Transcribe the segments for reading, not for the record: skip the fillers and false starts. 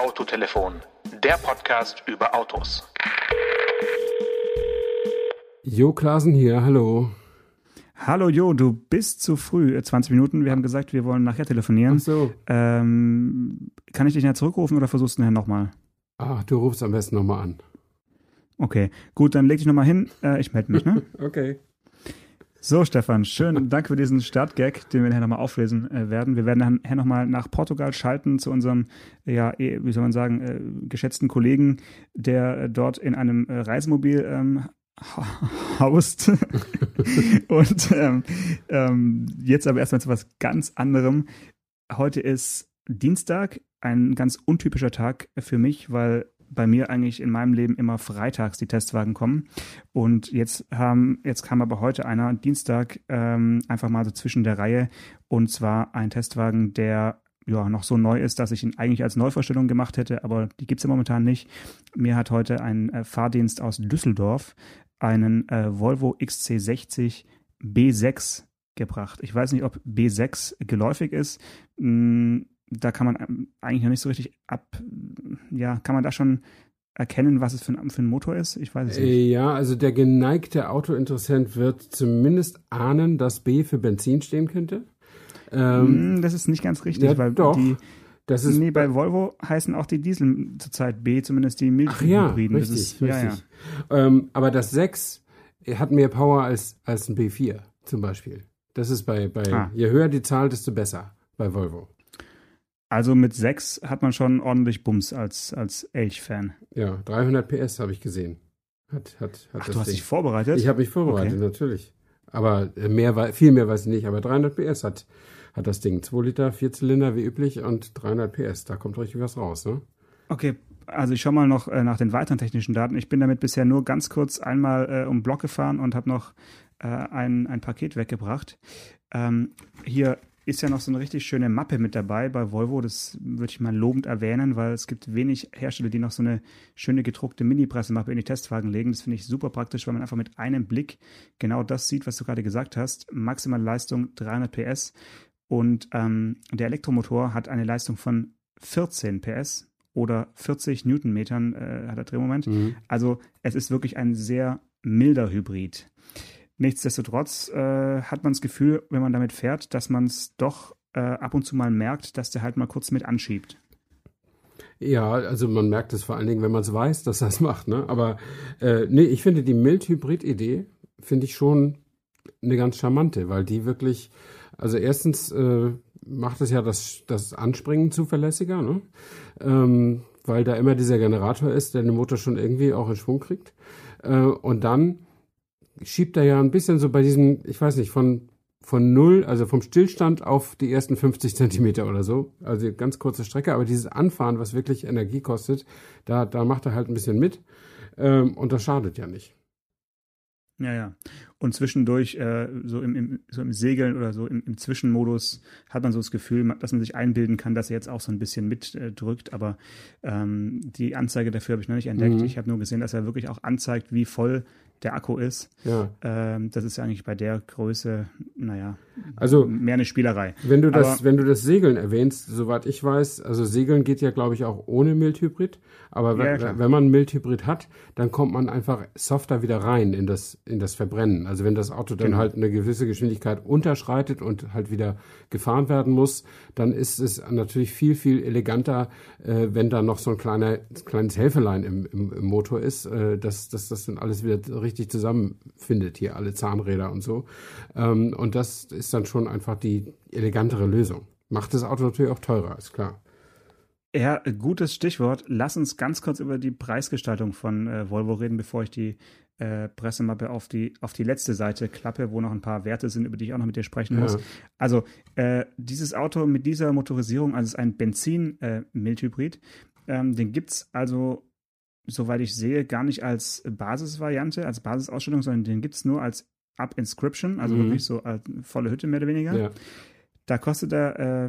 Autotelefon, der Podcast über Autos. Jo, Klaasen hier, hallo. Hallo Jo, du bist zu früh, 20 Minuten. Wir haben gesagt, wir wollen nachher telefonieren. Ach so. Kann ich dich nachher zurückrufen oder versuchst du nachher nochmal? Ach, du rufst am besten nochmal an. Okay, gut, dann leg dich nochmal hin. Ich melde mich, ne? Okay. So, Stefan, schön. Danke für diesen Startgag, den wir nachher nochmal auflesen werden. Wir werden nachher nochmal nach Portugal schalten zu unserem, wie soll man sagen, geschätzten Kollegen, der dort in einem Reisemobil haust. Und jetzt aber erstmal zu was ganz anderem. Heute ist Dienstag, ein ganz untypischer Tag für mich, weil bei mir eigentlich in meinem Leben immer freitags die Testwagen kommen. Und jetzt kam aber heute einer, Dienstag, einfach mal so zwischen der Reihe. Und zwar ein Testwagen, der noch so neu ist, dass ich ihn eigentlich als Neuvorstellung gemacht hätte, aber die gibt es ja momentan nicht. Mir hat heute ein Fahrdienst aus Düsseldorf einen Volvo XC60 B6 gebracht. Ich weiß nicht, ob B6 geläufig ist. Da kann man eigentlich noch nicht so richtig kann man da schon erkennen, was es für ein Motor ist? Ich weiß es nicht. Ja, also der geneigte Autointeressent wird zumindest ahnen, dass B für Benzin stehen könnte. Das ist nicht ganz richtig, ja, weil doch. Bei Volvo heißen auch die Diesel zurzeit B, zumindest die Mildhybriden. Ach ja, richtig. Aber das 6 hat mehr Power als ein B4 zum Beispiel. Das ist je höher die Zahl, desto besser bei Volvo. Also mit 6 hat man schon ordentlich Bums als Elch-Fan. Ja, 300 PS habe ich gesehen. Hat du hast dich vorbereitet? Ich habe mich vorbereitet, okay. Natürlich. Aber viel mehr weiß ich nicht. Aber 300 PS hat das Ding. 2 Liter, 4-Zylinder wie üblich und 300 PS. Da kommt richtig was raus, ne? Okay, also ich schaue mal noch nach den weiteren technischen Daten. Ich bin damit bisher nur ganz kurz einmal um den Block gefahren und habe noch ein Paket weggebracht. Hier ist ja noch so eine richtig schöne Mappe mit dabei bei Volvo. Das würde ich mal lobend erwähnen, weil es gibt wenig Hersteller, die noch so eine schöne gedruckte Mini-Pressemappe in die Testwagen legen. Das finde ich super praktisch, weil man einfach mit einem Blick genau das sieht, was du gerade gesagt hast. Maximale Leistung 300 PS und der Elektromotor hat eine Leistung von 14 PS oder 40 Newtonmetern hat der Drehmoment. Mhm. Also es ist wirklich ein sehr milder Hybrid. Nichtsdestotrotz hat man das Gefühl, wenn man damit fährt, dass man es doch ab und zu mal merkt, dass der halt mal kurz mit anschiebt. Ja, also man merkt es vor allen Dingen, wenn man es weiß, dass das macht, ne? Aber ich finde die Mild-Hybrid-Idee, finde ich schon eine ganz charmante, weil die wirklich, also erstens macht es ja das Anspringen zuverlässiger, ne? Weil da immer dieser Generator ist, der den Motor schon irgendwie auch in Schwung kriegt. Und dann schiebt er ja ein bisschen so bei diesem, ich weiß nicht, von 0, also vom Stillstand auf die ersten 50 Zentimeter oder so. Also ganz kurze Strecke, aber dieses Anfahren, was wirklich Energie kostet, da macht er halt ein bisschen mit. Und das schadet ja nicht. Ja. Und zwischendurch, so im Segeln oder so im Zwischenmodus hat man so das Gefühl, dass man sich einbilden kann, dass er jetzt auch so ein bisschen mitdrückt. Aber die Anzeige dafür habe ich noch nicht entdeckt. Ich habe nur gesehen, dass er wirklich auch anzeigt, wie voll der Akku ist. Ja. Das ist ja eigentlich bei der Größe, also mehr eine Spielerei. Wenn du das Segeln erwähnst, soweit ich weiß, also Segeln geht ja, glaube ich, auch ohne Mildhybrid. Aber wenn man Mildhybrid hat, dann kommt man einfach softer wieder rein in das Verbrennen. Also wenn das Auto dann halt eine gewisse Geschwindigkeit unterschreitet und halt wieder gefahren werden muss, dann ist es natürlich viel, viel eleganter, wenn da noch so ein kleines Helferlein im Motor ist, dass das dann alles wieder richtig zusammenfindet, hier alle Zahnräder und so. Und das ist dann schon einfach die elegantere Lösung. Macht das Auto natürlich auch teurer, ist klar. Ja, gutes Stichwort. Lass uns ganz kurz über die Preisgestaltung von Volvo reden, bevor ich die Pressemappe auf die letzte Seite klappe, wo noch ein paar Werte sind, über die ich auch noch mit dir sprechen muss. Also dieses Auto mit dieser Motorisierung, also es ist ein Benzin-Mildhybrid, den gibt es also, soweit ich sehe, gar nicht als Basisvariante, als Basisausstattung, sondern den gibt es nur als Up-Inscription, also wirklich so volle Hütte mehr oder weniger. Ja. Da kostet er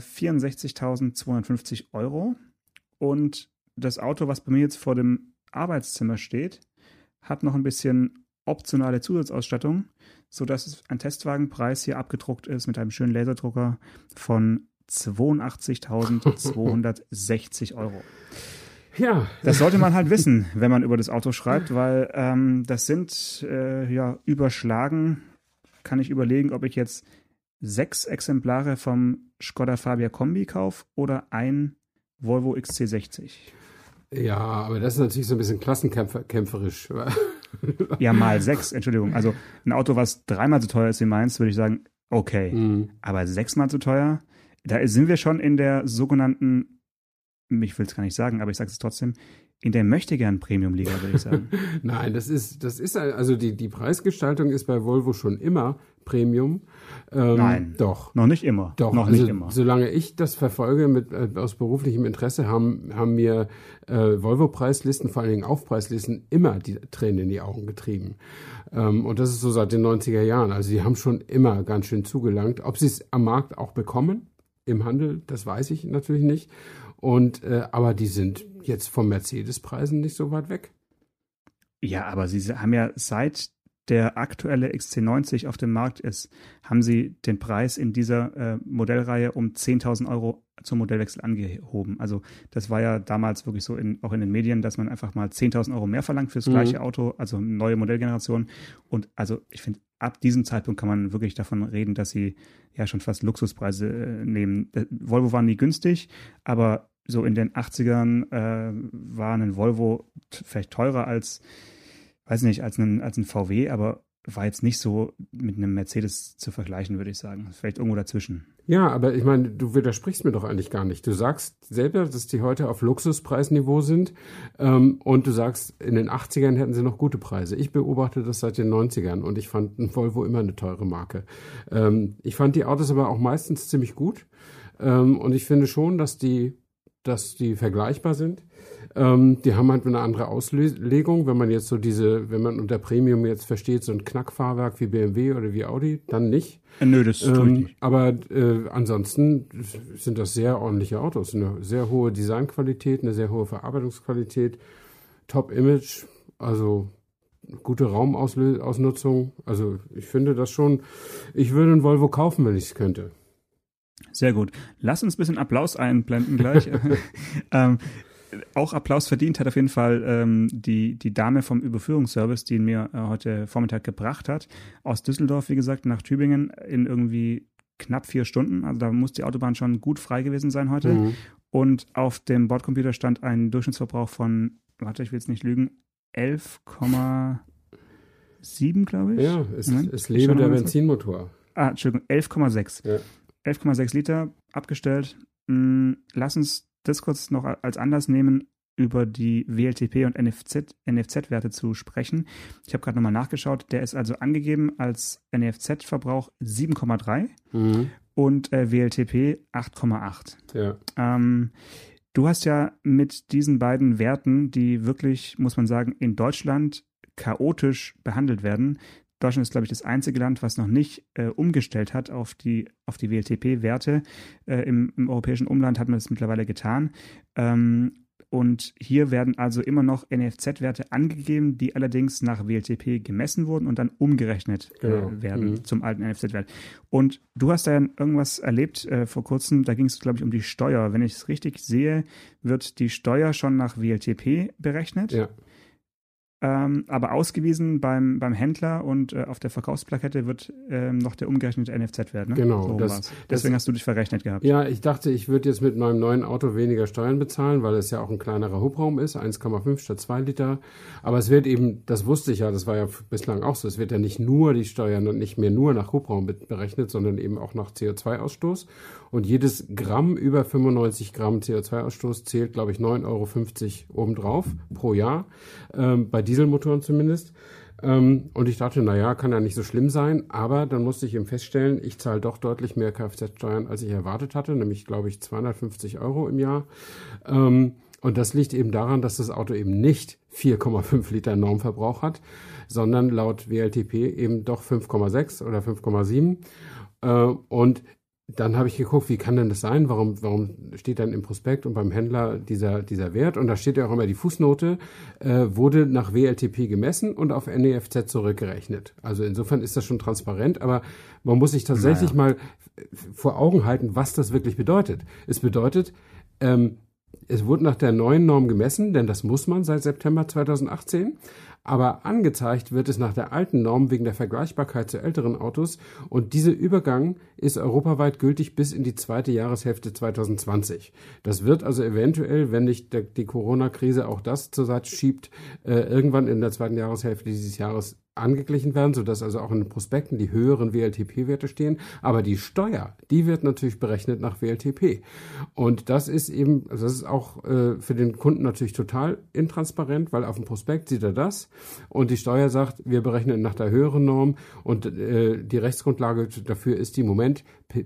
64.250 € und das Auto, was bei mir jetzt vor dem Arbeitszimmer steht, hat noch ein bisschen optionale Zusatzausstattung, sodass ein Testwagenpreis hier abgedruckt ist mit einem schönen Laserdrucker von 82.260 €. Ja. Das sollte man halt wissen, wenn man über das Auto schreibt, weil das sind überschlagen, kann ich überlegen, ob ich jetzt 6 Exemplare vom Skoda Fabia Kombi kaufe oder ein Volvo XC60. Ja, aber das ist natürlich so ein bisschen klassenkämpferisch. Ja, mal 6, Entschuldigung. Also ein Auto, was 3-mal so teuer ist wie meins, würde ich sagen, okay. Aber 6-mal so teuer, da sind wir schon in der sogenannten, ich will es gar nicht sagen, aber ich sage es trotzdem, in der Möchtegern-Premium-Liga, würde ich sagen. Nein, das ist also die Preisgestaltung ist bei Volvo schon immer Premium. Nein, doch. Noch nicht immer. Doch, noch also nicht immer. Solange ich das verfolge aus beruflichem Interesse, haben mir Volvo-Preislisten, vor allen Dingen Aufpreislisten, immer die Tränen in die Augen getrieben. Und das ist so seit den 90er Jahren. Also die haben schon immer ganz schön zugelangt. Ob sie es am Markt auch bekommen, im Handel, das weiß ich natürlich nicht. Aber die sind jetzt vom Mercedes-Preisen nicht so weit weg. Ja, aber sie haben ja seit der aktuelle XC90 auf dem Markt ist, haben sie den Preis in dieser Modellreihe um 10.000 Euro zum Modellwechsel angehoben. Also das war ja damals wirklich so auch in den Medien, dass man einfach mal 10.000 Euro mehr verlangt fürs gleiche Auto, also neue Modellgeneration. Und also ich finde, ab diesem Zeitpunkt kann man wirklich davon reden, dass sie ja schon fast Luxuspreise nehmen. Volvo war nie günstig, aber so in den 80ern war ein Volvo vielleicht teurer als, weiß nicht, als ein VW, aber war jetzt nicht so mit einem Mercedes zu vergleichen, würde ich sagen. Vielleicht irgendwo dazwischen. Ja, aber ich meine, du widersprichst mir doch eigentlich gar nicht. Du sagst selber, dass die heute auf Luxuspreisniveau sind und du sagst, in den 80ern hätten sie noch gute Preise. Ich beobachte das seit den 90ern und ich fand ein Volvo immer eine teure Marke. Ich fand die Autos aber auch meistens ziemlich gut und ich finde schon, dass die vergleichbar sind. Die haben halt eine andere Auslegung. Wenn man jetzt wenn man unter Premium jetzt versteht, so ein Knackfahrwerk wie BMW oder wie Audi, dann nicht. Nö, das tue ich nicht. Aber ansonsten sind das sehr ordentliche Autos. Eine sehr hohe Designqualität, eine sehr hohe Verarbeitungsqualität, Top-Image, also gute Raumausnutzung. Also ich finde das schon, ich würde einen Volvo kaufen, wenn ich es könnte. Sehr gut. Lass uns ein bisschen Applaus einblenden gleich. Auch Applaus verdient hat auf jeden Fall die Dame vom Überführungsservice, die ihn mir heute Vormittag gebracht hat. Aus Düsseldorf, wie gesagt, nach Tübingen in irgendwie knapp 4 Stunden. Also da muss die Autobahn schon gut frei gewesen sein heute. Und auf dem Bordcomputer stand ein Durchschnittsverbrauch von, warte, ich will jetzt nicht lügen, 11,7, glaube ich. Ja, es lebe der Benzinmotor. Entschuldigung, 11,6. Ja. 11,6 Liter abgestellt. Lass uns das kurz noch als Anlass nehmen, über die WLTP und NFZ-Werte zu sprechen. Ich habe gerade nochmal nachgeschaut. Der ist also angegeben als NFZ-Verbrauch 7,3 und WLTP 8,8. Ja. Du hast ja mit diesen beiden Werten, die wirklich, muss man sagen, in Deutschland chaotisch behandelt werden. Deutschland ist, glaube ich, das einzige Land, was noch nicht umgestellt hat auf die WLTP-Werte. Im europäischen Umland hat man das mittlerweile getan. Und hier werden also immer noch NFZ-Werte angegeben, die allerdings nach WLTP gemessen wurden und dann umgerechnet werden zum alten NFZ-Wert. Und du hast da ja irgendwas erlebt vor kurzem, da ging es, glaube ich, um die Steuer. Wenn ich es richtig sehe, wird die Steuer schon nach WLTP berechnet. Ja. Aber ausgewiesen beim Händler und auf der Verkaufsplakette wird noch der umgerechnete NFZ-Wert. Ne? Genau. So deswegen hast du dich verrechnet gehabt. Ja, ich dachte, ich würde jetzt mit meinem neuen Auto weniger Steuern bezahlen, weil es ja auch ein kleinerer Hubraum ist, 1,5 statt 2 Liter. Aber es wird eben, das wusste ich ja, das war ja bislang auch so, es wird ja nicht nur die Steuern und nicht mehr nur nach Hubraum berechnet, sondern eben auch nach CO2-Ausstoß. Und jedes Gramm über 95 Gramm CO2-Ausstoß zählt, glaube ich, 9,50 Euro obendrauf pro Jahr, bei Dieselmotoren zumindest. Und ich dachte, naja, kann ja nicht so schlimm sein. Aber dann musste ich eben feststellen, ich zahle doch deutlich mehr Kfz-Steuern, als ich erwartet hatte, nämlich, glaube ich, 250 Euro im Jahr. Und das liegt eben daran, dass das Auto eben nicht 4,5 Liter Normverbrauch hat, sondern laut WLTP eben doch 5,6 oder 5,7. Und dann habe ich geguckt, wie kann denn das sein? Warum steht dann im Prospekt und beim Händler dieser Wert? Und da steht ja auch immer die Fußnote, wurde nach WLTP gemessen und auf NEFZ zurückgerechnet. Also insofern ist das schon transparent, aber man muss sich tatsächlich mal vor Augen halten, was das wirklich bedeutet. Es bedeutet, Es wurde nach der neuen Norm gemessen, denn das muss man seit September 2018. Aber angezeigt wird es nach der alten Norm wegen der Vergleichbarkeit zu älteren Autos. Und dieser Übergang ist europaweit gültig bis in die zweite Jahreshälfte 2020. Das wird also eventuell, wenn nicht die Corona-Krise auch das zur Seite schiebt, irgendwann in der zweiten Jahreshälfte dieses Jahres angeglichen werden, sodass also auch in den Prospekten die höheren WLTP-Werte stehen. Aber die Steuer, die wird natürlich berechnet nach WLTP. Und das ist eben, also das ist auch für den Kunden natürlich total intransparent, weil auf dem Prospekt sieht er das und die Steuer sagt, wir berechnen nach der höheren Norm und die Rechtsgrundlage dafür ist die im Moment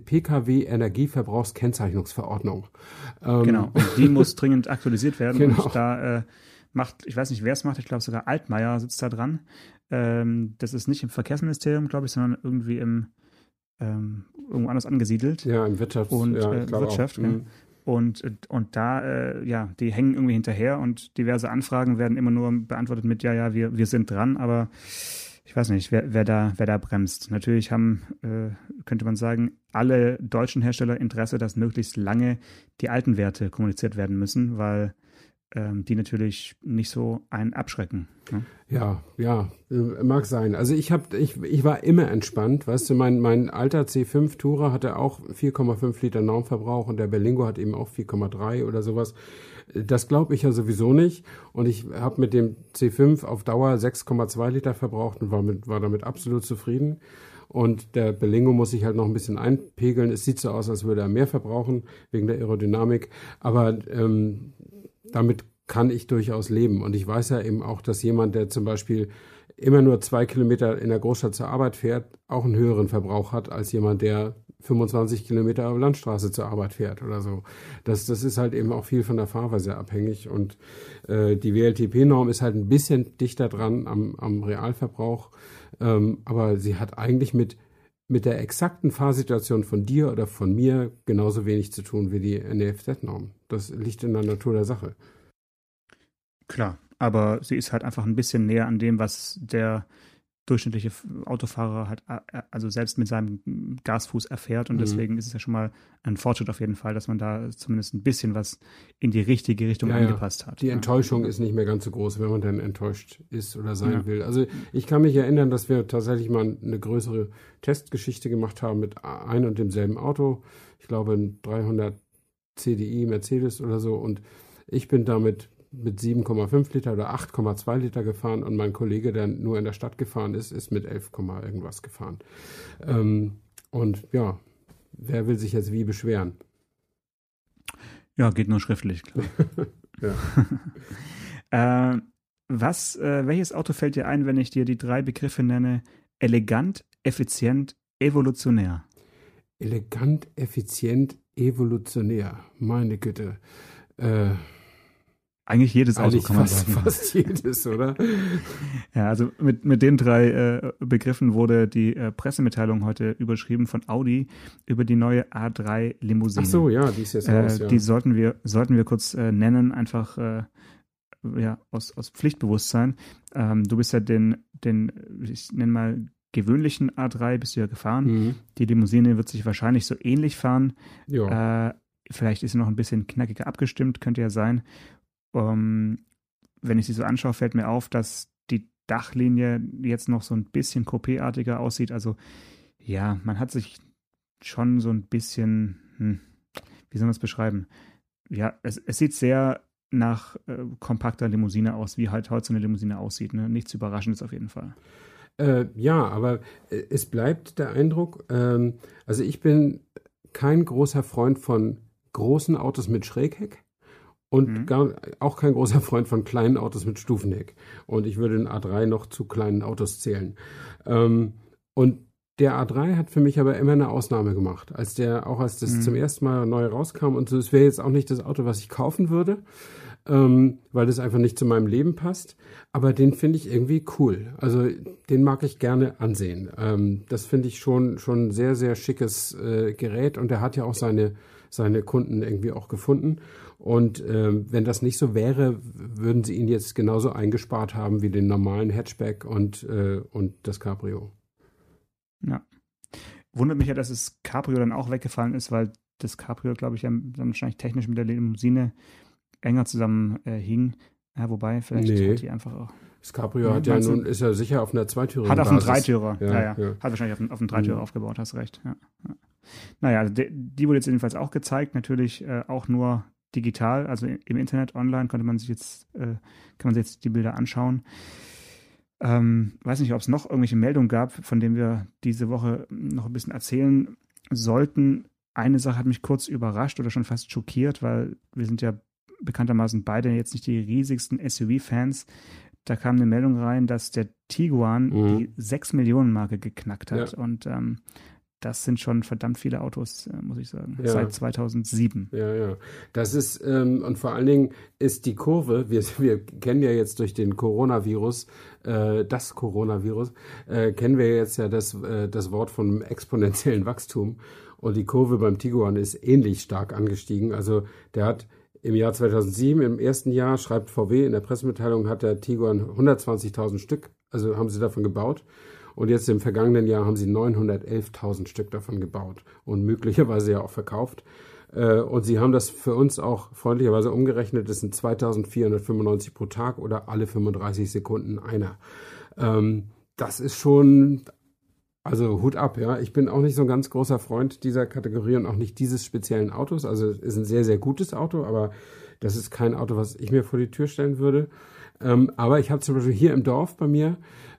Pkw-Energieverbrauchskennzeichnungsverordnung. Genau, und die muss dringend aktualisiert werden. Genau. Und da ich weiß nicht, wer es macht, ich glaube sogar Altmaier sitzt da dran. Das ist nicht im Verkehrsministerium, glaube ich, sondern irgendwie irgendwo anders angesiedelt. Ja, im Wirtschaft. Und ja, Wirtschaft, ja. Und da, die hängen irgendwie hinterher und diverse Anfragen werden immer nur beantwortet mit, wir sind dran, aber ich weiß nicht, wer da bremst. Natürlich könnte man sagen, alle deutschen Hersteller Interesse, dass möglichst lange die alten Werte kommuniziert werden müssen, weil die natürlich nicht so einen abschrecken. Ne? Ja, mag sein. Also ich war immer entspannt, weißt du, mein alter C5 Tourer hatte auch 4,5 Liter Normverbrauch und der Berlingo hat eben auch 4,3 oder sowas. Das glaube ich ja sowieso nicht und ich habe mit dem C5 auf Dauer 6,2 Liter verbraucht und war damit absolut zufrieden. Und der Berlingo muss sich halt noch ein bisschen einpegeln. Es sieht so aus, als würde er mehr verbrauchen wegen der Aerodynamik, aber damit kann ich durchaus leben. Und ich weiß ja eben auch, dass jemand, der zum Beispiel immer nur 2 Kilometer in der Großstadt zur Arbeit fährt, auch einen höheren Verbrauch hat als jemand, der 25 Kilometer auf Landstraße zur Arbeit fährt oder so. Das ist halt eben auch viel von der Fahrweise abhängig. Und die WLTP-Norm ist halt ein bisschen dichter dran am Realverbrauch. Aber sie hat eigentlich mit der exakten Fahrsituation von dir oder von mir genauso wenig zu tun wie die NEFZ-Norm. Das liegt in der Natur der Sache. Klar, aber sie ist halt einfach ein bisschen näher an dem, was der durchschnittliche Autofahrer halt, also selbst mit seinem Gasfuß erfährt und deswegen ist es ja schon mal ein Fortschritt auf jeden Fall, dass man da zumindest ein bisschen was in die richtige Richtung angepasst hat. Die Enttäuschung ist nicht mehr ganz so groß, wenn man dann enttäuscht ist oder sein will. Also ich kann mich erinnern, dass wir tatsächlich mal eine größere Testgeschichte gemacht haben mit ein und demselben Auto. Ich glaube ein 300 CDI Mercedes oder so und ich bin damit mit 7,5 Liter oder 8,2 Liter gefahren und mein Kollege, der nur in der Stadt gefahren ist mit 11, irgendwas gefahren. Und ja, wer will sich jetzt wie beschweren? Ja, geht nur schriftlich, klar. Welches Auto fällt dir ein, wenn ich dir die 3 Begriffe nenne? Elegant, effizient, evolutionär. Elegant, effizient, evolutionär. Meine Güte. Eigentlich jedes Auto kann man sagen. Fast jedes, oder? Ja, also mit den 3 Begriffen wurde die Pressemitteilung heute überschrieben von Audi über die neue A3 Limousine. Ach so, ja, die ist jetzt raus, ja. Die sollten wir kurz nennen, einfach aus Pflichtbewusstsein. Du bist ja den ich nenne mal gewöhnlichen A3 bist du ja gefahren. Mhm. Die Limousine wird sich wahrscheinlich so ähnlich fahren. Ja. Vielleicht ist sie noch ein bisschen knackiger abgestimmt, könnte ja sein. Wenn ich sie so anschaue, fällt mir auf, dass die Dachlinie jetzt noch so ein bisschen Coupé-artiger aussieht. Also ja, man hat sich schon so ein bisschen, wie soll man es beschreiben? Ja, es sieht sehr nach kompakter Limousine aus, wie halt heute so eine Limousine aussieht. Ne? Nichts Überraschendes auf jeden Fall. Ja, aber es bleibt der Eindruck, also ich bin kein großer Freund von großen Autos mit Schrägheck. Und auch kein großer Freund von kleinen Autos mit Stufenheck. Und ich würde den A3 noch zu kleinen Autos zählen. Und der A3 hat für mich aber immer eine Ausnahme gemacht. Als das zum ersten Mal neu rauskam und so, es wäre jetzt auch nicht das Auto, was ich kaufen würde, weil das einfach nicht zu meinem Leben passt. Aber den finde ich irgendwie cool. Also den mag ich gerne ansehen. Das finde ich schon ein sehr, sehr schickes Gerät. Und der hat ja auch seine Kunden irgendwie auch gefunden. Und wenn das nicht so wäre, würden sie ihn jetzt genauso eingespart haben wie den normalen Hatchback und das Cabrio. Ja. Wundert mich ja, dass das Cabrio dann auch weggefallen ist, weil das Cabrio, glaube ich, dann wahrscheinlich technisch mit der Limousine enger zusammen hing. Ja, wobei, vielleicht hat die einfach auch. Das Cabrio hat ja nun, ist ja sicher auf einer zweitürigen Hat auf einem Basis. Dreitürer, ja. Hat wahrscheinlich auf einem Dreitürer aufgebaut, hast recht. Ja. Naja, also die wurde jetzt jedenfalls auch gezeigt, natürlich auch nur digital, also im Internet, online kann man sich jetzt die Bilder anschauen. Weiß nicht, ob es noch irgendwelche Meldungen gab, von denen wir diese Woche noch ein bisschen erzählen sollten. Eine Sache hat mich kurz überrascht oder schon fast schockiert, weil wir sind ja bekanntermaßen beide jetzt nicht die riesigsten SUV-Fans. Da kam eine Meldung rein, dass der Tiguan die 6-Millionen-Marke geknackt hat. Ja. Und das sind schon verdammt viele Autos, muss ich sagen, seit 2007. Ja. Das ist, und vor allen Dingen ist die Kurve, wir kennen ja jetzt durch den Coronavirus, kennen wir jetzt ja das Wort von exponentiellen Wachstum. Und die Kurve beim Tiguan ist ähnlich stark angestiegen. Also der hat im Jahr 2007, im ersten Jahr, schreibt VW in der Pressemitteilung, hat der Tiguan 120.000 Stück, also haben sie davon gebaut. Und jetzt im vergangenen Jahr haben sie 911.000 Stück davon gebaut und möglicherweise ja auch verkauft. Und sie haben das für uns auch freundlicherweise umgerechnet. Das sind 2.495 pro Tag oder alle 35 Sekunden einer. Das ist schon, also Hut ab, ja. Ich bin auch nicht so ein ganz großer Freund dieser Kategorie und auch nicht dieses speziellen Autos. Also es ist ein sehr, sehr gutes Auto, aber das ist kein Auto, was ich mir vor die Tür stellen würde. Aber ich habe zum Beispiel hier im Dorf bei mir,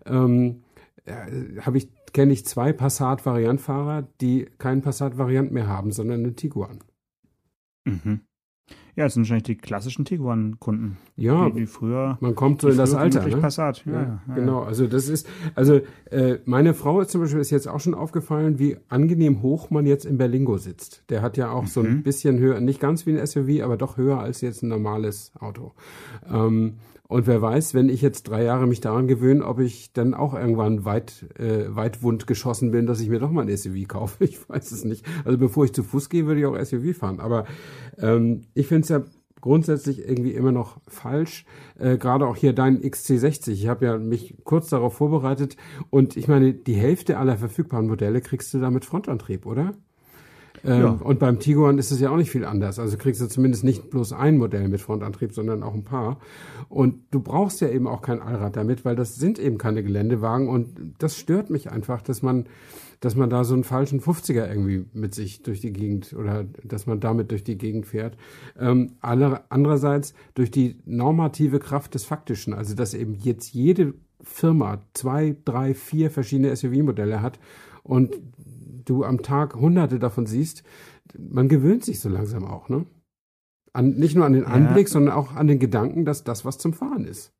kenne ich 2 Passat-Variant-Fahrer, die keinen Passat-Variant mehr haben, sondern einen Tiguan. Mhm. Ja, das sind wahrscheinlich die klassischen Tiguan-Kunden. Ja, wie früher. Man kommt so in das Alter. Ne? Passat. Ja, genau. Also das ist, meine Frau zum Beispiel ist jetzt auch schon aufgefallen, wie angenehm hoch man jetzt im Berlingo sitzt. Der hat ja auch so ein bisschen höher, nicht ganz wie ein SUV, aber doch höher als jetzt ein normales Auto. Und wer weiß, wenn ich jetzt 3 Jahre mich daran gewöhne, ob ich dann auch irgendwann weitwund geschossen bin, dass ich mir doch mal ein SUV kaufe. Ich weiß es nicht. Also bevor ich zu Fuß gehe, würde ich auch SUV fahren. Aber ich finde es ja grundsätzlich irgendwie immer noch falsch. Gerade auch hier dein XC60. Ich habe ja mich kurz darauf vorbereitet. Und ich meine, die Hälfte aller verfügbaren Modelle kriegst du da mit Frontantrieb, oder? Und beim Tiguan ist es ja auch nicht viel anders. Also kriegst du zumindest nicht bloß ein Modell mit Frontantrieb, sondern auch ein paar. Und du brauchst ja eben auch kein Allrad damit, weil das sind eben keine Geländewagen. Und das stört mich einfach, dass man da so einen falschen 50er irgendwie mit sich durch die Gegend oder dass man damit durch die Gegend fährt. Andererseits durch die normative Kraft des Faktischen, also dass eben jetzt jede Firma 2, 3, 4 verschiedene SUV-Modelle hat und du am Tag Hunderte davon siehst, man gewöhnt sich so langsam auch, ne? Nicht nur an den Anblick, sondern auch an den Gedanken, dass das was zum Fahren ist.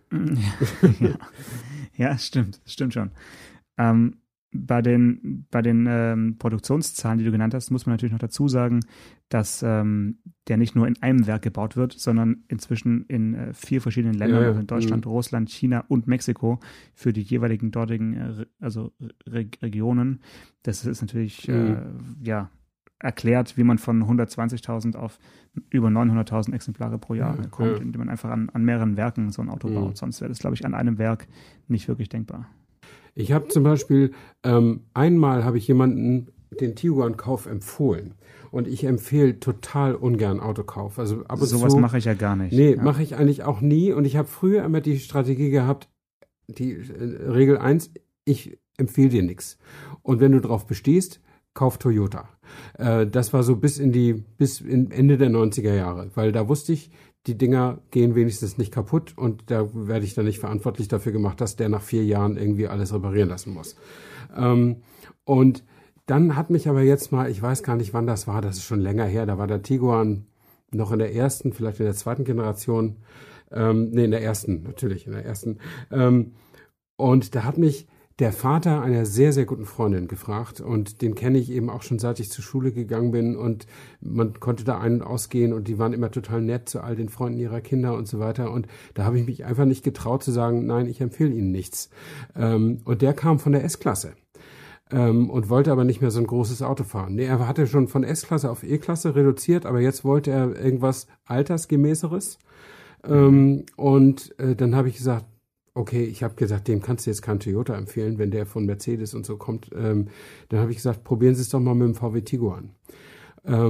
Ja, stimmt schon. Bei den Produktionszahlen, die du genannt hast, muss man natürlich noch dazu sagen, dass der nicht nur in einem Werk gebaut wird, sondern inzwischen in 4 verschiedenen Ländern, also in Deutschland, Russland, China und Mexiko, für die jeweiligen dortigen Regionen. Das ist natürlich erklärt, wie man von 120.000 auf über 900.000 Exemplare pro Jahr kommt, indem man einfach an mehreren Werken so ein Auto baut. Sonst wäre das, glaube ich, an einem Werk nicht wirklich denkbar. Ich habe zum Beispiel, einmal habe ich jemanden den Tiguan-Kauf empfohlen. Und ich empfehle total ungern Autokauf. Also ab und sowas mache ich ja gar nicht. Nee, mache ich eigentlich auch nie. Und ich habe früher immer die Strategie gehabt, die Regel 1, ich empfehle dir nichts. Und wenn du drauf bestehst, kauf Toyota. Das war so bis Ende der 90er Jahre. Weil da wusste ich, die Dinger gehen wenigstens nicht kaputt und da werde ich dann nicht verantwortlich dafür gemacht, dass der nach 4 Jahren irgendwie alles reparieren lassen muss. Und dann hat mich aber jetzt mal, ich weiß gar nicht, wann das ist schon länger her, da war der Tiguan noch in der ersten, vielleicht in der zweiten Generation, in der ersten, natürlich, in der ersten. Und da hat mich der Vater einer sehr, sehr guten Freundin gefragt und den kenne ich eben auch schon, seit ich zur Schule gegangen bin und man konnte da ein- und ausgehen und die waren immer total nett zu all den Freunden ihrer Kinder und so weiter und da habe ich mich einfach nicht getraut zu sagen, nein, ich empfehle Ihnen nichts. Und der kam von der S-Klasse und wollte aber nicht mehr so ein großes Auto fahren. Nee, er hatte schon von S-Klasse auf E-Klasse reduziert, aber jetzt wollte er irgendwas Altersgemäßeres und dann habe ich gesagt, okay, ich habe gesagt, dem kannst du jetzt kein Toyota empfehlen, wenn der von Mercedes und so kommt. Dann habe ich gesagt, probieren Sie es doch mal mit dem VW Tiguan.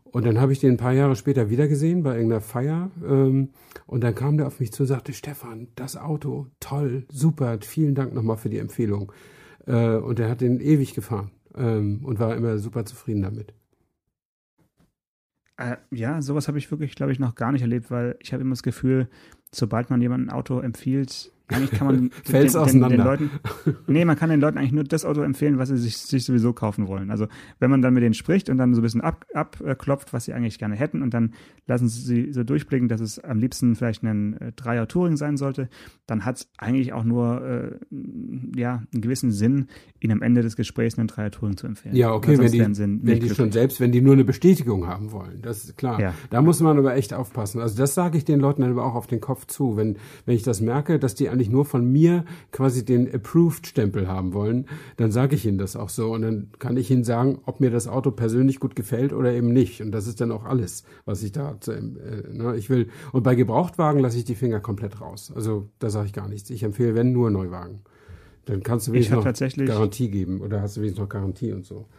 Und dann habe ich den ein paar Jahre später wieder gesehen bei irgendeiner Feier. Und dann kam der auf mich zu und sagte, Stefan, das Auto, toll, super, vielen Dank nochmal für die Empfehlung. Und er hat den ewig gefahren und war immer super zufrieden damit. Ja, sowas habe ich wirklich, glaube ich, noch gar nicht erlebt, weil ich habe immer das Gefühl, sobald man jemandem ein Auto empfiehlt, eigentlich kann man den Leuten, man kann den Leuten eigentlich nur das Auto empfehlen, was sie sich sowieso kaufen wollen. Also wenn man dann mit denen spricht und dann so ein bisschen abklopft, was sie eigentlich gerne hätten und dann lassen sie so durchblicken, dass es am liebsten vielleicht ein Dreier Touring sein sollte, dann hat es eigentlich auch nur einen gewissen Sinn, ihnen am Ende des Gesprächs einen Dreier Touring zu empfehlen. Ja, okay, wenn die nur eine Bestätigung haben wollen, das ist klar. Ja. Da muss man aber echt aufpassen. Also das sage ich den Leuten dann aber auch auf den Kopf zu, wenn ich das merke, dass die eigentlich nur von mir quasi den Approved-Stempel haben wollen, dann sage ich ihnen das auch so und dann kann ich ihnen sagen, ob mir das Auto persönlich gut gefällt oder eben nicht und das ist dann auch alles, was ich da ich will. Und bei Gebrauchtwagen lasse ich die Finger komplett raus. Also da sage ich gar nichts. Ich empfehle, wenn, nur Neuwagen. Dann kannst du wenigstens noch Garantie geben oder hast du wenigstens noch Garantie und so.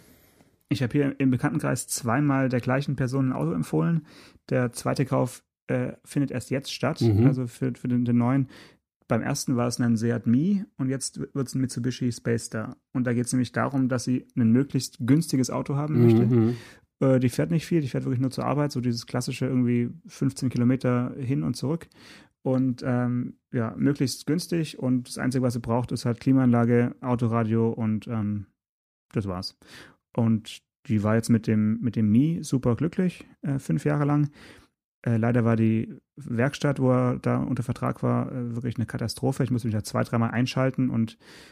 Ich habe hier im Bekanntenkreis zweimal der gleichen Person ein Auto empfohlen. Der zweite Kauf findet erst jetzt statt, also für den neuen. Beim ersten war es ein Seat Mii und jetzt wird es ein Mitsubishi Space Star. Und da geht es nämlich darum, dass sie ein möglichst günstiges Auto haben möchte. Die fährt nicht viel, die fährt wirklich nur zur Arbeit, so dieses klassische irgendwie 15 Kilometer hin und zurück. Und möglichst günstig und das Einzige, was sie braucht, ist halt Klimaanlage, Autoradio und das war's. Und die war jetzt mit dem Mii super glücklich, 5 Jahre lang. Leider war die Werkstatt, wo er da unter Vertrag war, wirklich eine Katastrophe. Ich musste mich da 2-3 Mal einschalten und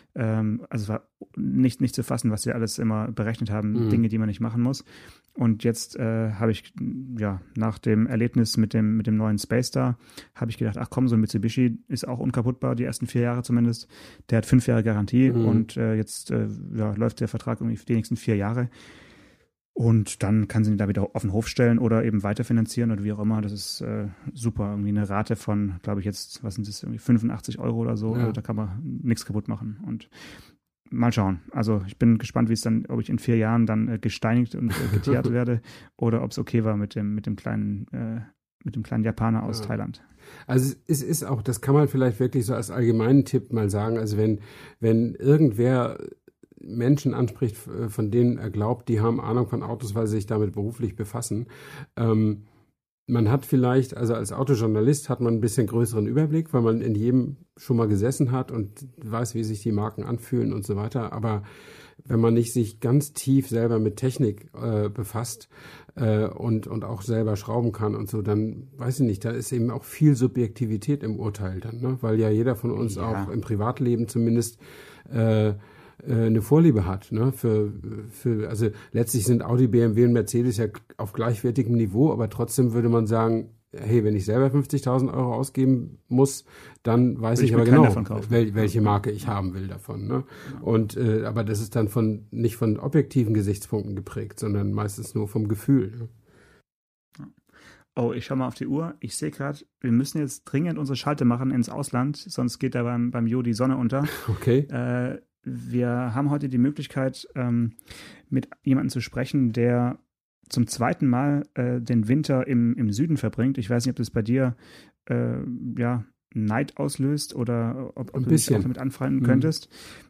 es war nicht zu fassen, was wir alles immer berechnet haben, Dinge, die man nicht machen muss. Und jetzt habe ich, nach dem Erlebnis mit dem neuen Space Star, habe ich gedacht, ach komm, so ein Mitsubishi ist auch unkaputtbar, die ersten 4 Jahre zumindest. Der hat 5 Jahre Garantie und jetzt läuft der Vertrag irgendwie für die nächsten 4 Jahre. Und dann kann sie ihn da wieder auf den Hof stellen oder eben weiterfinanzieren oder wie auch immer. Das ist super. Irgendwie eine Rate von, glaube ich jetzt, was sind das, irgendwie 85 € oder so. Ja. Also da kann man nichts kaputt machen. Und mal schauen. Also ich bin gespannt, wie es dann, ob ich in 4 Jahren dann gesteinigt und geteert werde oder ob es okay war mit dem kleinen Japaner aus Thailand. Also es ist auch, das kann man vielleicht wirklich so als allgemeinen Tipp mal sagen. Also wenn irgendwer Menschen anspricht, von denen er glaubt, die haben Ahnung von Autos, weil sie sich damit beruflich befassen. Man hat vielleicht, also als Autojournalist hat man ein bisschen größeren Überblick, weil man in jedem schon mal gesessen hat und weiß, wie sich die Marken anfühlen und so weiter. Aber wenn man nicht sich ganz tief selber mit Technik befasst und auch selber schrauben kann und so, dann weiß ich nicht, da ist eben auch viel Subjektivität im Urteil dann, ne? Weil ja jeder von uns auch im Privatleben zumindest eine Vorliebe hat, ne? Also letztlich sind Audi, BMW und Mercedes ja auf gleichwertigem Niveau, aber trotzdem würde man sagen, hey, wenn ich selber 50.000 € ausgeben muss, dann weiß ich aber genau, welche Marke ich haben will davon, ne? Und aber das ist dann nicht von objektiven Gesichtspunkten geprägt, sondern meistens nur vom Gefühl. Ne? Oh, ich schaue mal auf die Uhr. Ich sehe gerade, wir müssen jetzt dringend unsere Schalte machen ins Ausland, sonst geht da beim Jo die Sonne unter. Okay. Wir haben heute die Möglichkeit, mit jemandem zu sprechen, der zum 2. Mal den Winter im Süden verbringt. Ich weiß nicht, ob das bei dir Neid auslöst oder ob du dich auch damit anfreunden könntest.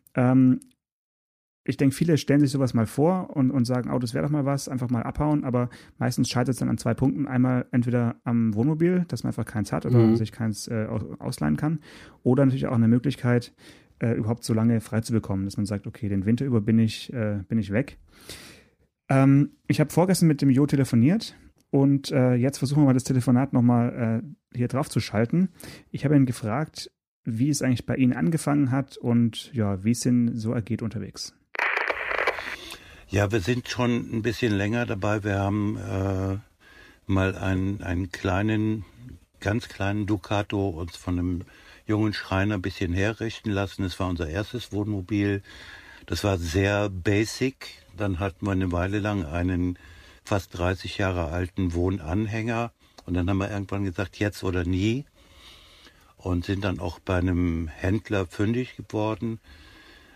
Ich denke, viele stellen sich sowas mal vor und sagen, das wäre doch mal was, einfach mal abhauen, aber meistens scheitert es dann an 2 Punkten. Einmal entweder am Wohnmobil, dass man einfach keins hat oder sich keins ausleihen kann, oder natürlich auch eine Möglichkeit, überhaupt so lange frei zu bekommen, dass man sagt, okay, den Winter über bin ich weg. Ich habe vorgestern mit dem Jo telefoniert und jetzt versuchen wir mal das Telefonat nochmal hier drauf zu schalten. Ich habe ihn gefragt, wie es eigentlich bei Ihnen angefangen hat und wie es Ihnen so ergeht unterwegs. Ja, wir sind schon ein bisschen länger dabei. Wir haben mal einen ganz kleinen Ducato uns von einem jungen Schreiner ein bisschen herrichten lassen. Das war unser erstes Wohnmobil. Das war sehr basic. Dann hatten wir eine Weile lang einen fast 30 Jahre alten Wohnanhänger. Und dann haben wir irgendwann gesagt, jetzt oder nie. Und sind dann auch bei einem Händler fündig geworden.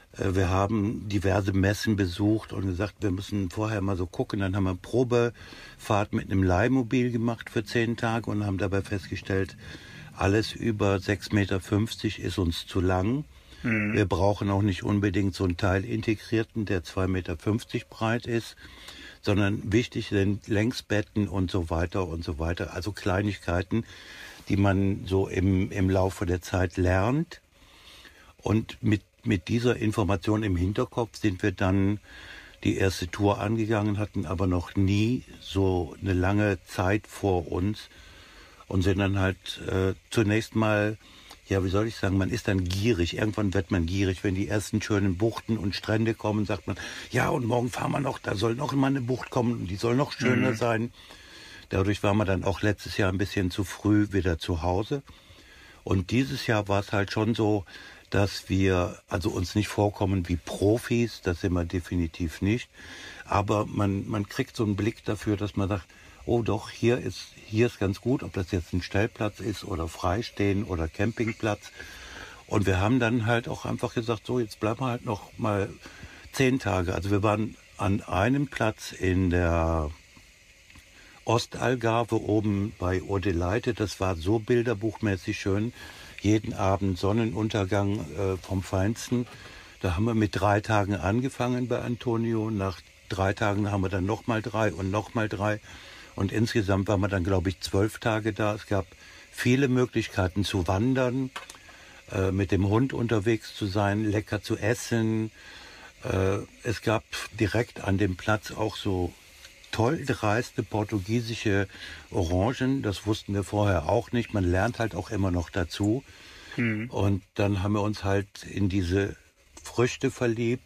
Wir haben diverse Messen besucht und gesagt, wir müssen vorher mal so gucken. Dann haben wir eine Probefahrt mit einem Leihmobil gemacht für 10 Tage und haben dabei festgestellt, alles über 6,50 Meter ist uns zu lang. Wir brauchen auch nicht unbedingt so einen Teil integrierten, der 2,50 Meter breit ist, sondern wichtig sind Längsbetten und so weiter und so weiter. Also Kleinigkeiten, die man so im Laufe der Zeit lernt. Und mit dieser Information im Hinterkopf sind wir dann die erste Tour angegangen, hatten aber noch nie so eine lange Zeit vor uns und sind dann halt zunächst mal, ja, wie soll ich sagen, man ist dann gierig. Irgendwann wird man gierig, wenn die ersten schönen Buchten und Strände kommen, sagt man, ja, und morgen fahren wir noch, da soll noch mal eine Bucht kommen und die soll noch schöner sein. Dadurch waren wir dann auch letztes Jahr ein bisschen zu früh wieder zu Hause. Und dieses Jahr war es halt schon so, dass wir also uns nicht vorkommen wie Profis, das sind wir definitiv nicht. Aber man kriegt so einen Blick dafür, dass man sagt, oh doch, hier ist ganz gut, ob das jetzt ein Stellplatz ist oder Freistehen oder Campingplatz. Und wir haben dann halt auch einfach gesagt, so jetzt bleiben wir halt noch mal 10 Tage. Also wir waren an einem Platz in der Ostalgarve oben bei Odeleite. Das war so bilderbuchmäßig schön. Jeden Abend Sonnenuntergang vom Feinsten. Da haben wir mit 3 Tagen angefangen bei Antonio. Nach 3 Tagen haben wir dann nochmal 3 und nochmal 3. Und insgesamt waren wir dann, glaube ich, 12 Tage da. Es gab viele Möglichkeiten zu wandern, mit dem Hund unterwegs zu sein, lecker zu essen. Es gab direkt an dem Platz auch so toll dreiste portugiesische Orangen. Das wussten wir vorher auch nicht. Man lernt halt auch immer noch dazu. Und dann haben wir uns halt in diese Früchte verliebt,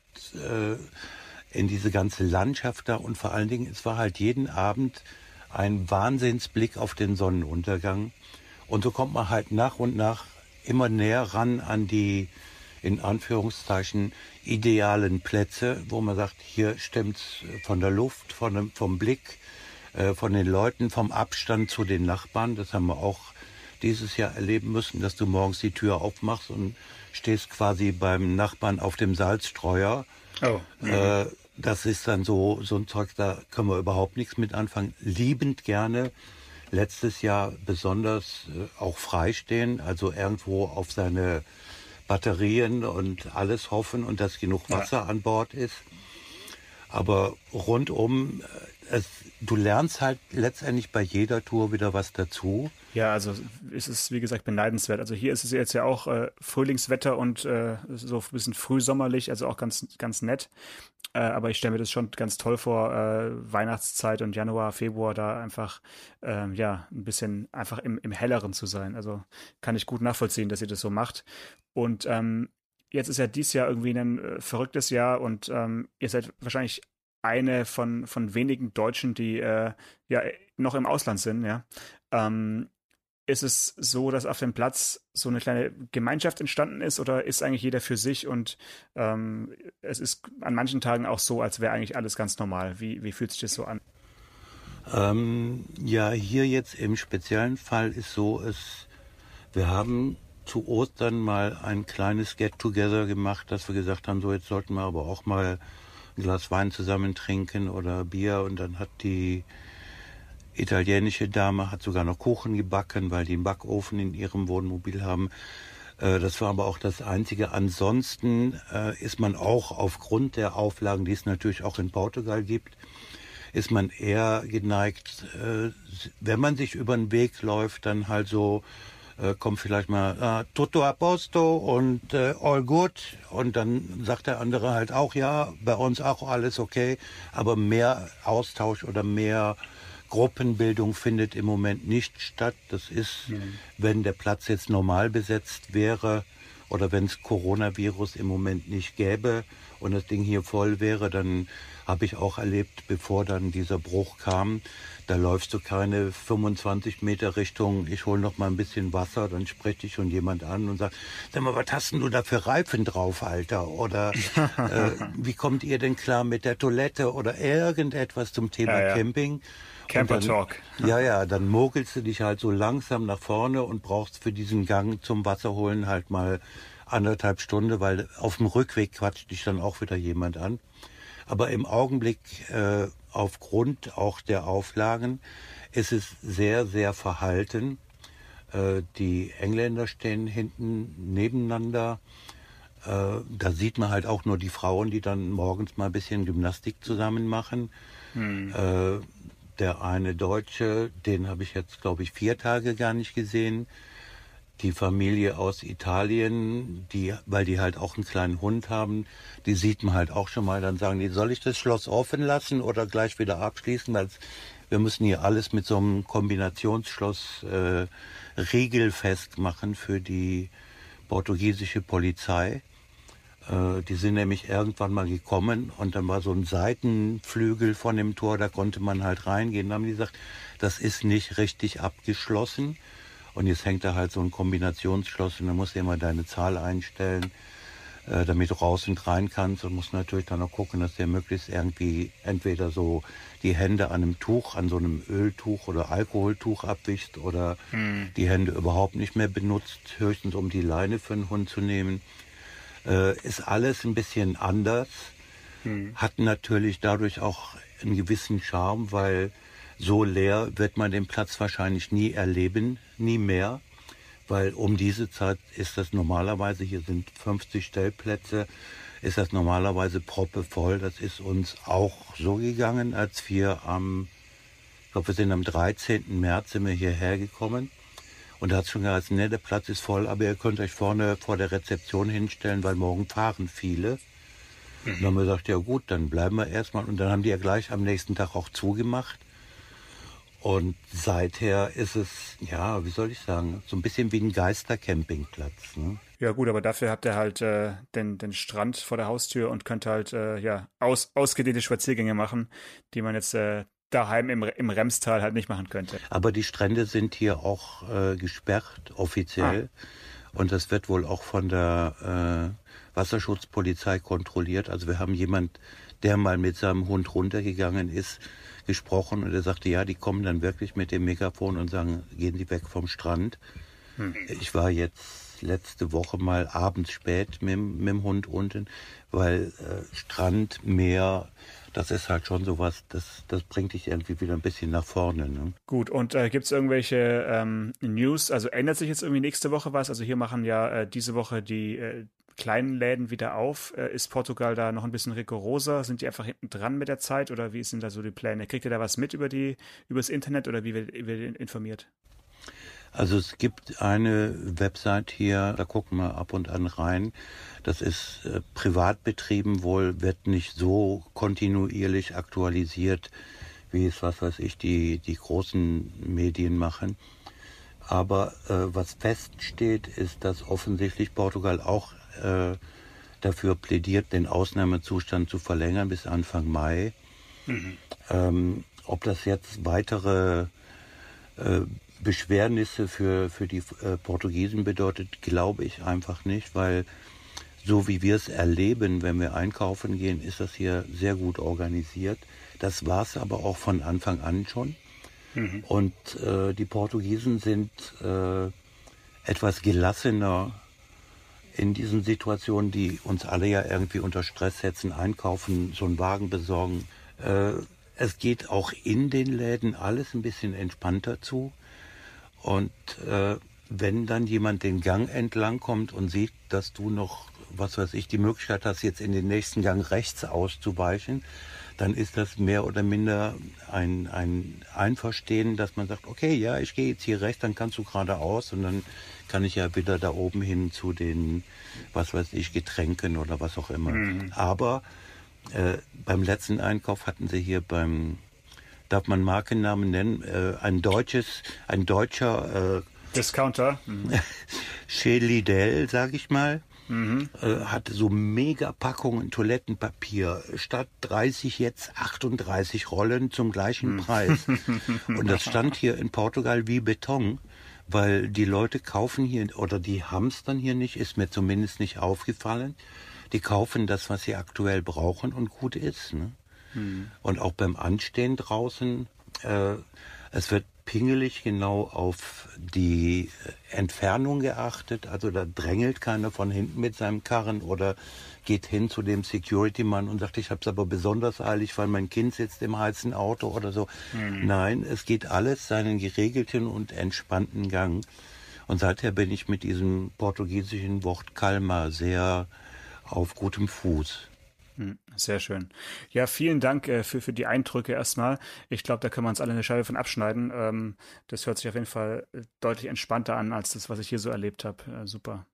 in diese ganze Landschaft da. Und vor allen Dingen, es war halt jeden Abend ein Wahnsinnsblick auf den Sonnenuntergang. Und so kommt man halt nach und nach immer näher ran an die, in Anführungszeichen, idealen Plätze, wo man sagt, hier stimmt's von der Luft, vom Blick, von den Leuten, vom Abstand zu den Nachbarn. Das haben wir auch dieses Jahr erleben müssen, dass du morgens die Tür aufmachst und stehst quasi beim Nachbarn auf dem Salzstreuer. Oh. Das ist dann so ein Zeug, da können wir überhaupt nichts mit anfangen. Liebend gerne. Letztes Jahr besonders auch freistehen, also irgendwo auf seine Batterien und alles hoffen und dass genug Wasser an Bord ist. Aber rundum, du lernst halt letztendlich bei jeder Tour wieder was dazu. Ja, also es ist, wie gesagt, beneidenswert. Also hier ist es jetzt ja auch Frühlingswetter und so ein bisschen frühsommerlich, also auch ganz, ganz nett. Aber ich stelle mir das schon ganz toll vor, Weihnachtszeit und Januar, Februar da einfach, ein bisschen einfach im Helleren zu sein. Also kann ich gut nachvollziehen, dass ihr das so macht. Und jetzt ist ja dieses Jahr irgendwie ein verrücktes Jahr und ihr seid wahrscheinlich eine von wenigen Deutschen, die noch im Ausland sind, ja. Ist es so, dass auf dem Platz so eine kleine Gemeinschaft entstanden ist oder ist eigentlich jeder für sich und es ist an manchen Tagen auch so, als wäre eigentlich alles ganz normal? Wie fühlt sich das so an? Hier jetzt im speziellen Fall ist so, wir haben zu Ostern mal ein kleines Get-Together gemacht, dass wir gesagt haben, so jetzt sollten wir aber auch mal ein Glas Wein zusammen trinken oder Bier und dann hat die italienische Dame hat sogar noch Kuchen gebacken, weil die einen Backofen in ihrem Wohnmobil haben. Das war aber auch das Einzige. Ansonsten ist man auch aufgrund der Auflagen, die es natürlich auch in Portugal gibt, ist man eher geneigt, wenn man sich über den Weg läuft, dann halt so, kommt vielleicht mal tutto a posto und all good und dann sagt der andere halt auch, ja, bei uns auch alles okay, aber mehr Austausch oder mehr Gruppenbildung findet im Moment nicht statt. Das ist, wenn der Platz jetzt normal besetzt wäre oder wenn es Coronavirus im Moment nicht gäbe und das Ding hier voll wäre, dann habe ich auch erlebt, bevor dann dieser Bruch kam, da läufst du keine 25 Meter Richtung, ich hole noch mal ein bisschen Wasser, dann spricht dich schon jemand an und sagt, sag mal, was hast denn du da für Reifen drauf, Alter? Oder wie kommt ihr denn klar mit der Toilette oder irgendetwas zum Thema Camping? Camper Talk. Ja, dann mogelst du dich halt so langsam nach vorne und brauchst für diesen Gang zum Wasserholen halt mal anderthalb Stunden, weil auf dem Rückweg quatscht dich dann auch wieder jemand an. Aber im Augenblick, aufgrund auch der Auflagen, ist es sehr, sehr verhalten. Die Engländer stehen hinten nebeneinander. Da sieht man halt auch nur die Frauen, die dann morgens mal ein bisschen Gymnastik zusammen machen. Der eine Deutsche, den habe ich jetzt, glaube ich, 4 Tage gar nicht gesehen. Die Familie aus Italien, weil die halt auch einen kleinen Hund haben, die sieht man halt auch schon mal. Dann sagen die, soll ich das Schloss offen lassen oder gleich wieder abschließen? Weil wir müssen hier alles mit so einem Kombinationsschloss regelfest machen für die portugiesische Polizei. Die sind nämlich irgendwann mal gekommen und dann war so ein Seitenflügel von dem Tor, da konnte man halt reingehen. Dann haben die gesagt, das ist nicht richtig abgeschlossen. Und jetzt hängt da halt so ein Kombinationsschloss und dann musst du immer deine Zahl einstellen, damit du raus und rein kannst, und musst natürlich dann auch gucken, dass der möglichst irgendwie entweder so die Hände an einem Tuch, an so einem Öltuch oder Alkoholtuch abwischt oder die Hände überhaupt nicht mehr benutzt, höchstens um die Leine für einen Hund zu nehmen. Ist alles ein bisschen anders, hat natürlich dadurch auch einen gewissen Charme, weil so leer wird man den Platz wahrscheinlich nie erleben, nie mehr, weil um diese Zeit ist das normalerweise, hier sind 50 Stellplätze, ist das normalerweise proppevoll. Das ist uns auch so gegangen, als wir ich glaube, wir sind am 13. März sind wir hierher gekommen. Und da hat es schon gesagt, ne, der Platz ist voll, aber ihr könnt euch vorne vor der Rezeption hinstellen, weil morgen fahren viele. Und dann haben wir gesagt, ja gut, dann bleiben wir erstmal. Und dann haben die ja gleich am nächsten Tag auch zugemacht. Und seither ist es, ja, wie soll ich sagen, so ein bisschen wie ein Geistercampingplatz. Ne? Ja gut, aber dafür habt ihr halt den Strand vor der Haustür und könnt halt ausgedehnte Spaziergänge machen, die man jetzt daheim im Remstal halt nicht machen könnte. Aber die Strände sind hier auch gesperrt, offiziell. Und das wird wohl auch von der Wasserschutzpolizei kontrolliert. Also wir haben jemand, der mal mit seinem Hund runtergegangen ist, gesprochen, und er sagte, ja, die kommen dann wirklich mit dem Megafon und sagen, gehen Sie weg vom Strand. Ich war jetzt letzte Woche mal abends spät mit dem Hund unten, weil Strand, Meer, das ist halt schon sowas, das bringt dich irgendwie wieder ein bisschen nach vorne. Ne? Gut, und gibt es irgendwelche News, also ändert sich jetzt irgendwie nächste Woche was? Also hier machen ja diese Woche die kleinen Läden wieder auf. Ist Portugal da noch ein bisschen rigoroser? Sind die einfach hinten dran mit der Zeit oder wie sind da so die Pläne? Kriegt ihr da was mit übers Internet oder wie wird ihr informiert? Also es gibt eine Website hier, da gucken wir ab und an rein. Das ist privat betrieben wohl, wird nicht so kontinuierlich aktualisiert, wie es, was weiß ich, die großen Medien machen. Aber was feststeht, ist, dass offensichtlich Portugal auch dafür plädiert, den Ausnahmezustand zu verlängern bis Anfang Mai. Ob das jetzt weitere Beschwernisse für die Portugiesen bedeutet, glaube ich einfach nicht, weil so wie wir es erleben, wenn wir einkaufen gehen, ist das hier sehr gut organisiert. Das war es aber auch von Anfang an schon. Und die Portugiesen sind etwas gelassener in diesen Situationen, die uns alle ja irgendwie unter Stress setzen, einkaufen, so einen Wagen besorgen. Es geht auch in den Läden alles ein bisschen entspannter zu. Und wenn dann jemand den Gang entlang kommt und sieht, dass du noch, was weiß ich, die Möglichkeit hast, jetzt in den nächsten Gang rechts auszuweichen, dann ist das mehr oder minder ein Einverstehen, dass man sagt, okay, ja, ich gehe jetzt hier rechts, dann kannst du geradeaus und dann kann ich ja wieder da oben hin zu den, was weiß ich, Getränken oder was auch immer. Aber beim letzten Einkauf hatten sie hier darf man Markennamen nennen, ein deutscher Discounter. Chez Lidl, sag ich mal, hatte so mega Packungen Toilettenpapier. Statt 30 jetzt 38 Rollen zum gleichen Preis. Und das stand hier in Portugal wie Beton, weil die Leute kaufen hier, oder die hamstern hier nicht, ist mir zumindest nicht aufgefallen. Die kaufen das, was sie aktuell brauchen und gut ist. Ne? Und auch beim Anstehen draußen, Es wird pingelig genau auf die Entfernung geachtet. Also da drängelt keiner von hinten mit seinem Karren oder geht hin zu dem Security-Mann und sagt, ich habe es aber besonders eilig, weil mein Kind sitzt im heißen Auto oder so. Nein, es geht alles seinen geregelten und entspannten Gang. Und seither bin ich mit diesem portugiesischen Wort Calma sehr auf gutem Fuß. Sehr schön. Ja, vielen Dank für die Eindrücke erstmal. Ich glaube, da können wir uns alle eine Scheibe von abschneiden. Das hört sich auf jeden Fall deutlich entspannter an, als das, was ich hier so erlebt habe. Super.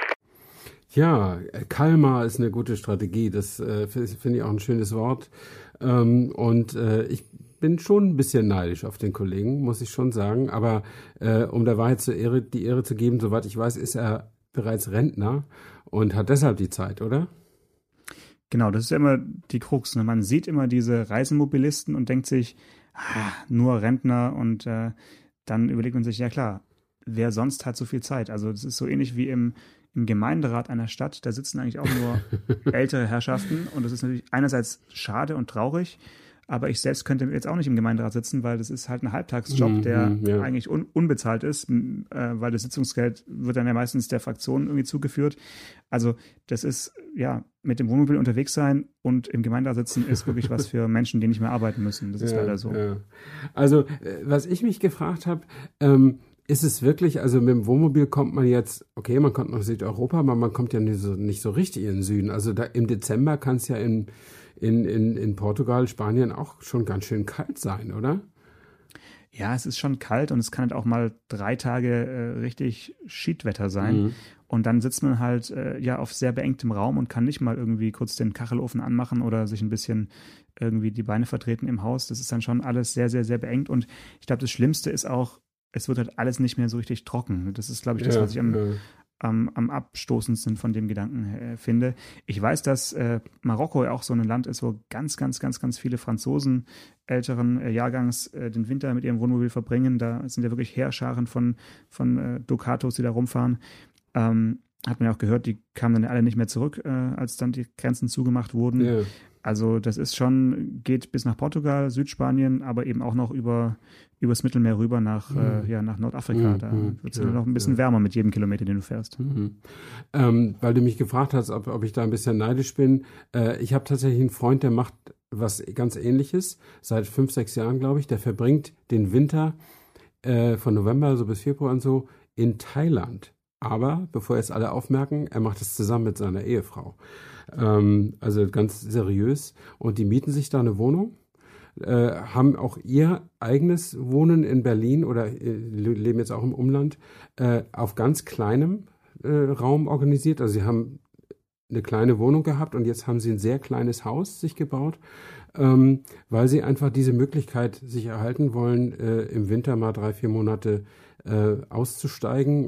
Ja, Calma ist eine gute Strategie. Das finde ich auch ein schönes Wort. Ich bin schon ein bisschen neidisch auf den Kollegen, muss ich schon sagen. Aber um der Wahrheit die Ehre zu geben, soweit ich weiß, ist er bereits Rentner und hat deshalb die Zeit, oder? Genau, das ist ja immer die Krux. Ne? Man sieht immer diese Reisemobilisten und denkt sich, nur Rentner. Und dann überlegt man sich, ja klar, wer sonst hat so viel Zeit? Also das ist so ähnlich wie im Gemeinderat einer Stadt. Da sitzen eigentlich auch nur ältere Herrschaften. Und das ist natürlich einerseits schade und traurig. Aber ich selbst könnte jetzt auch nicht im Gemeinderat sitzen, weil das ist halt ein Halbtagsjob, der eigentlich unbezahlt ist, weil das Sitzungsgeld wird dann ja meistens der Fraktion irgendwie zugeführt. Also das ist, ja, mit dem Wohnmobil unterwegs sein und im Gemeinderat sitzen ist wirklich was für Menschen, die nicht mehr arbeiten müssen. Das ist leider so. Ja. Also was ich mich gefragt habe, ist es wirklich, also mit dem Wohnmobil kommt man jetzt, okay, man kommt nach Südeuropa, aber man kommt ja nicht so richtig in den Süden. Also da im Dezember kann es ja in Portugal, Spanien auch schon ganz schön kalt sein, oder? Ja, es ist schon kalt und es kann halt auch mal 3 Tage richtig Schiedwetter sein. Und dann sitzt man halt auf sehr beengtem Raum und kann nicht mal irgendwie kurz den Kachelofen anmachen oder sich ein bisschen irgendwie die Beine vertreten im Haus. Das ist dann schon alles sehr, sehr, sehr beengt. Und ich glaube, das Schlimmste ist auch, es wird halt alles nicht mehr so richtig trocken. Das ist, glaube ich, das, was ich am abstoßendsten von dem Gedanken finde. Ich weiß, dass Marokko ja auch so ein Land ist, wo ganz, ganz, ganz, ganz viele Franzosen älteren Jahrgangs den Winter mit ihrem Wohnmobil verbringen. Da sind ja wirklich Heerscharen von Ducatos, die da rumfahren. Hat man ja auch gehört, die kamen dann alle nicht mehr zurück, als dann die Grenzen zugemacht wurden. Ja. Also das ist schon, geht bis nach Portugal, Südspanien, aber eben auch noch übers Mittelmeer rüber nach Nordafrika. Da wird es noch ein bisschen wärmer mit jedem Kilometer, den du fährst. Weil du mich gefragt hast, ob ich da ein bisschen neidisch bin. Ich habe tatsächlich einen Freund, der macht was ganz Ähnliches, seit 5, 6 Jahren, glaube ich. Der verbringt den Winter von November so bis Februar und so in Thailand. Aber, bevor jetzt alle aufmerken, er macht es zusammen mit seiner Ehefrau. Also ganz seriös. Und die mieten sich da eine Wohnung, haben auch ihr eigenes Wohnen in Berlin oder leben jetzt auch im Umland, auf ganz kleinem Raum organisiert. Also sie haben eine kleine Wohnung gehabt und jetzt haben sie ein sehr kleines Haus sich gebaut, weil sie einfach diese Möglichkeit sich erhalten wollen, im Winter mal 3, 4 Monate auszusteigen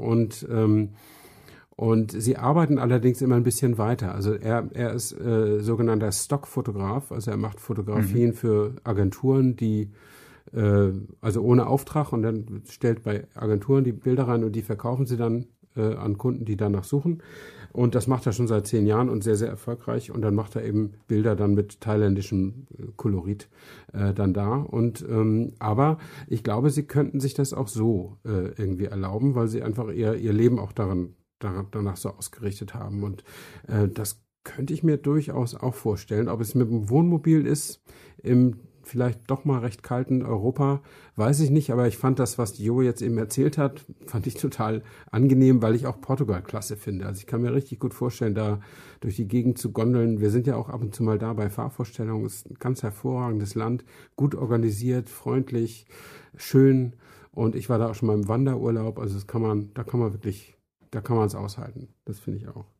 und sie arbeiten allerdings immer ein bisschen weiter. Also er ist sogenannter Stockfotograf, also er macht Fotografien für Agenturen, die also ohne Auftrag, und dann stellt bei Agenturen die Bilder rein und die verkaufen sie dann an Kunden, die danach suchen. Und das macht er schon seit 10 Jahren und sehr, sehr erfolgreich. Und dann macht er eben Bilder dann mit thailändischem Kolorit dann da. Und aber ich glaube, sie könnten sich das auch so irgendwie erlauben, weil sie einfach ihr Leben auch danach so ausgerichtet haben. Und das könnte ich mir durchaus auch vorstellen. Ob es mit dem Wohnmobil ist, im vielleicht doch mal recht kalten Europa, weiß ich nicht, aber ich fand das, was Jo jetzt eben erzählt hat, fand ich total angenehm, weil ich auch Portugal klasse finde. Also ich kann mir richtig gut vorstellen, da durch die Gegend zu gondeln. Wir sind ja auch ab und zu mal da bei Fahrvorstellungen. Es ist ein ganz hervorragendes Land, gut organisiert, freundlich, schön. Und ich war da auch schon mal im Wanderurlaub. Also da kann man es aushalten. Das finde ich auch.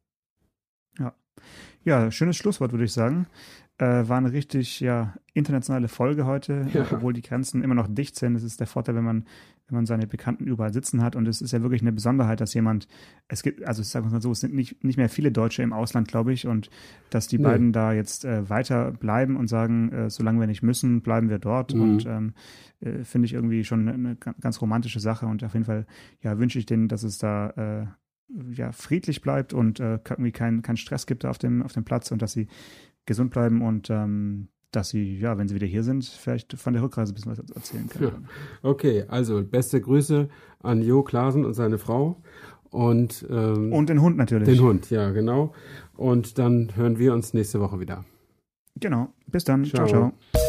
Ja, schönes Schlusswort, würde ich sagen. War eine richtig internationale Folge heute, obwohl die Grenzen immer noch dicht sind. Das ist der Vorteil, wenn man seine Bekannten überall sitzen hat. Und es ist ja wirklich eine Besonderheit, dass es gibt, also ich sage mal so, es sind nicht mehr viele Deutsche im Ausland, glaube ich, und dass die beiden da jetzt weiter bleiben und sagen, solange wir nicht müssen, bleiben wir dort. Und finde ich irgendwie schon eine ganz romantische Sache. Und auf jeden Fall wünsche ich denen, dass es da friedlich bleibt und irgendwie keinen Stress gibt da auf dem Platz und dass sie gesund bleiben und dass Sie, ja, wenn Sie wieder hier sind, vielleicht von der Rückreise ein bisschen was erzählen können. Ja. Okay, also beste Grüße an Jo Klaasen und seine Frau. Und den Hund natürlich. Den Hund, ja, genau. Und dann hören wir uns nächste Woche wieder. Genau. Bis dann. Ciao. Ciao, ciao.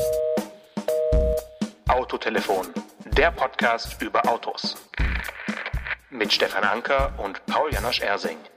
Autotelefon, der Podcast über Autos. Mit Stefan Anker und Paul Janosch Ersing.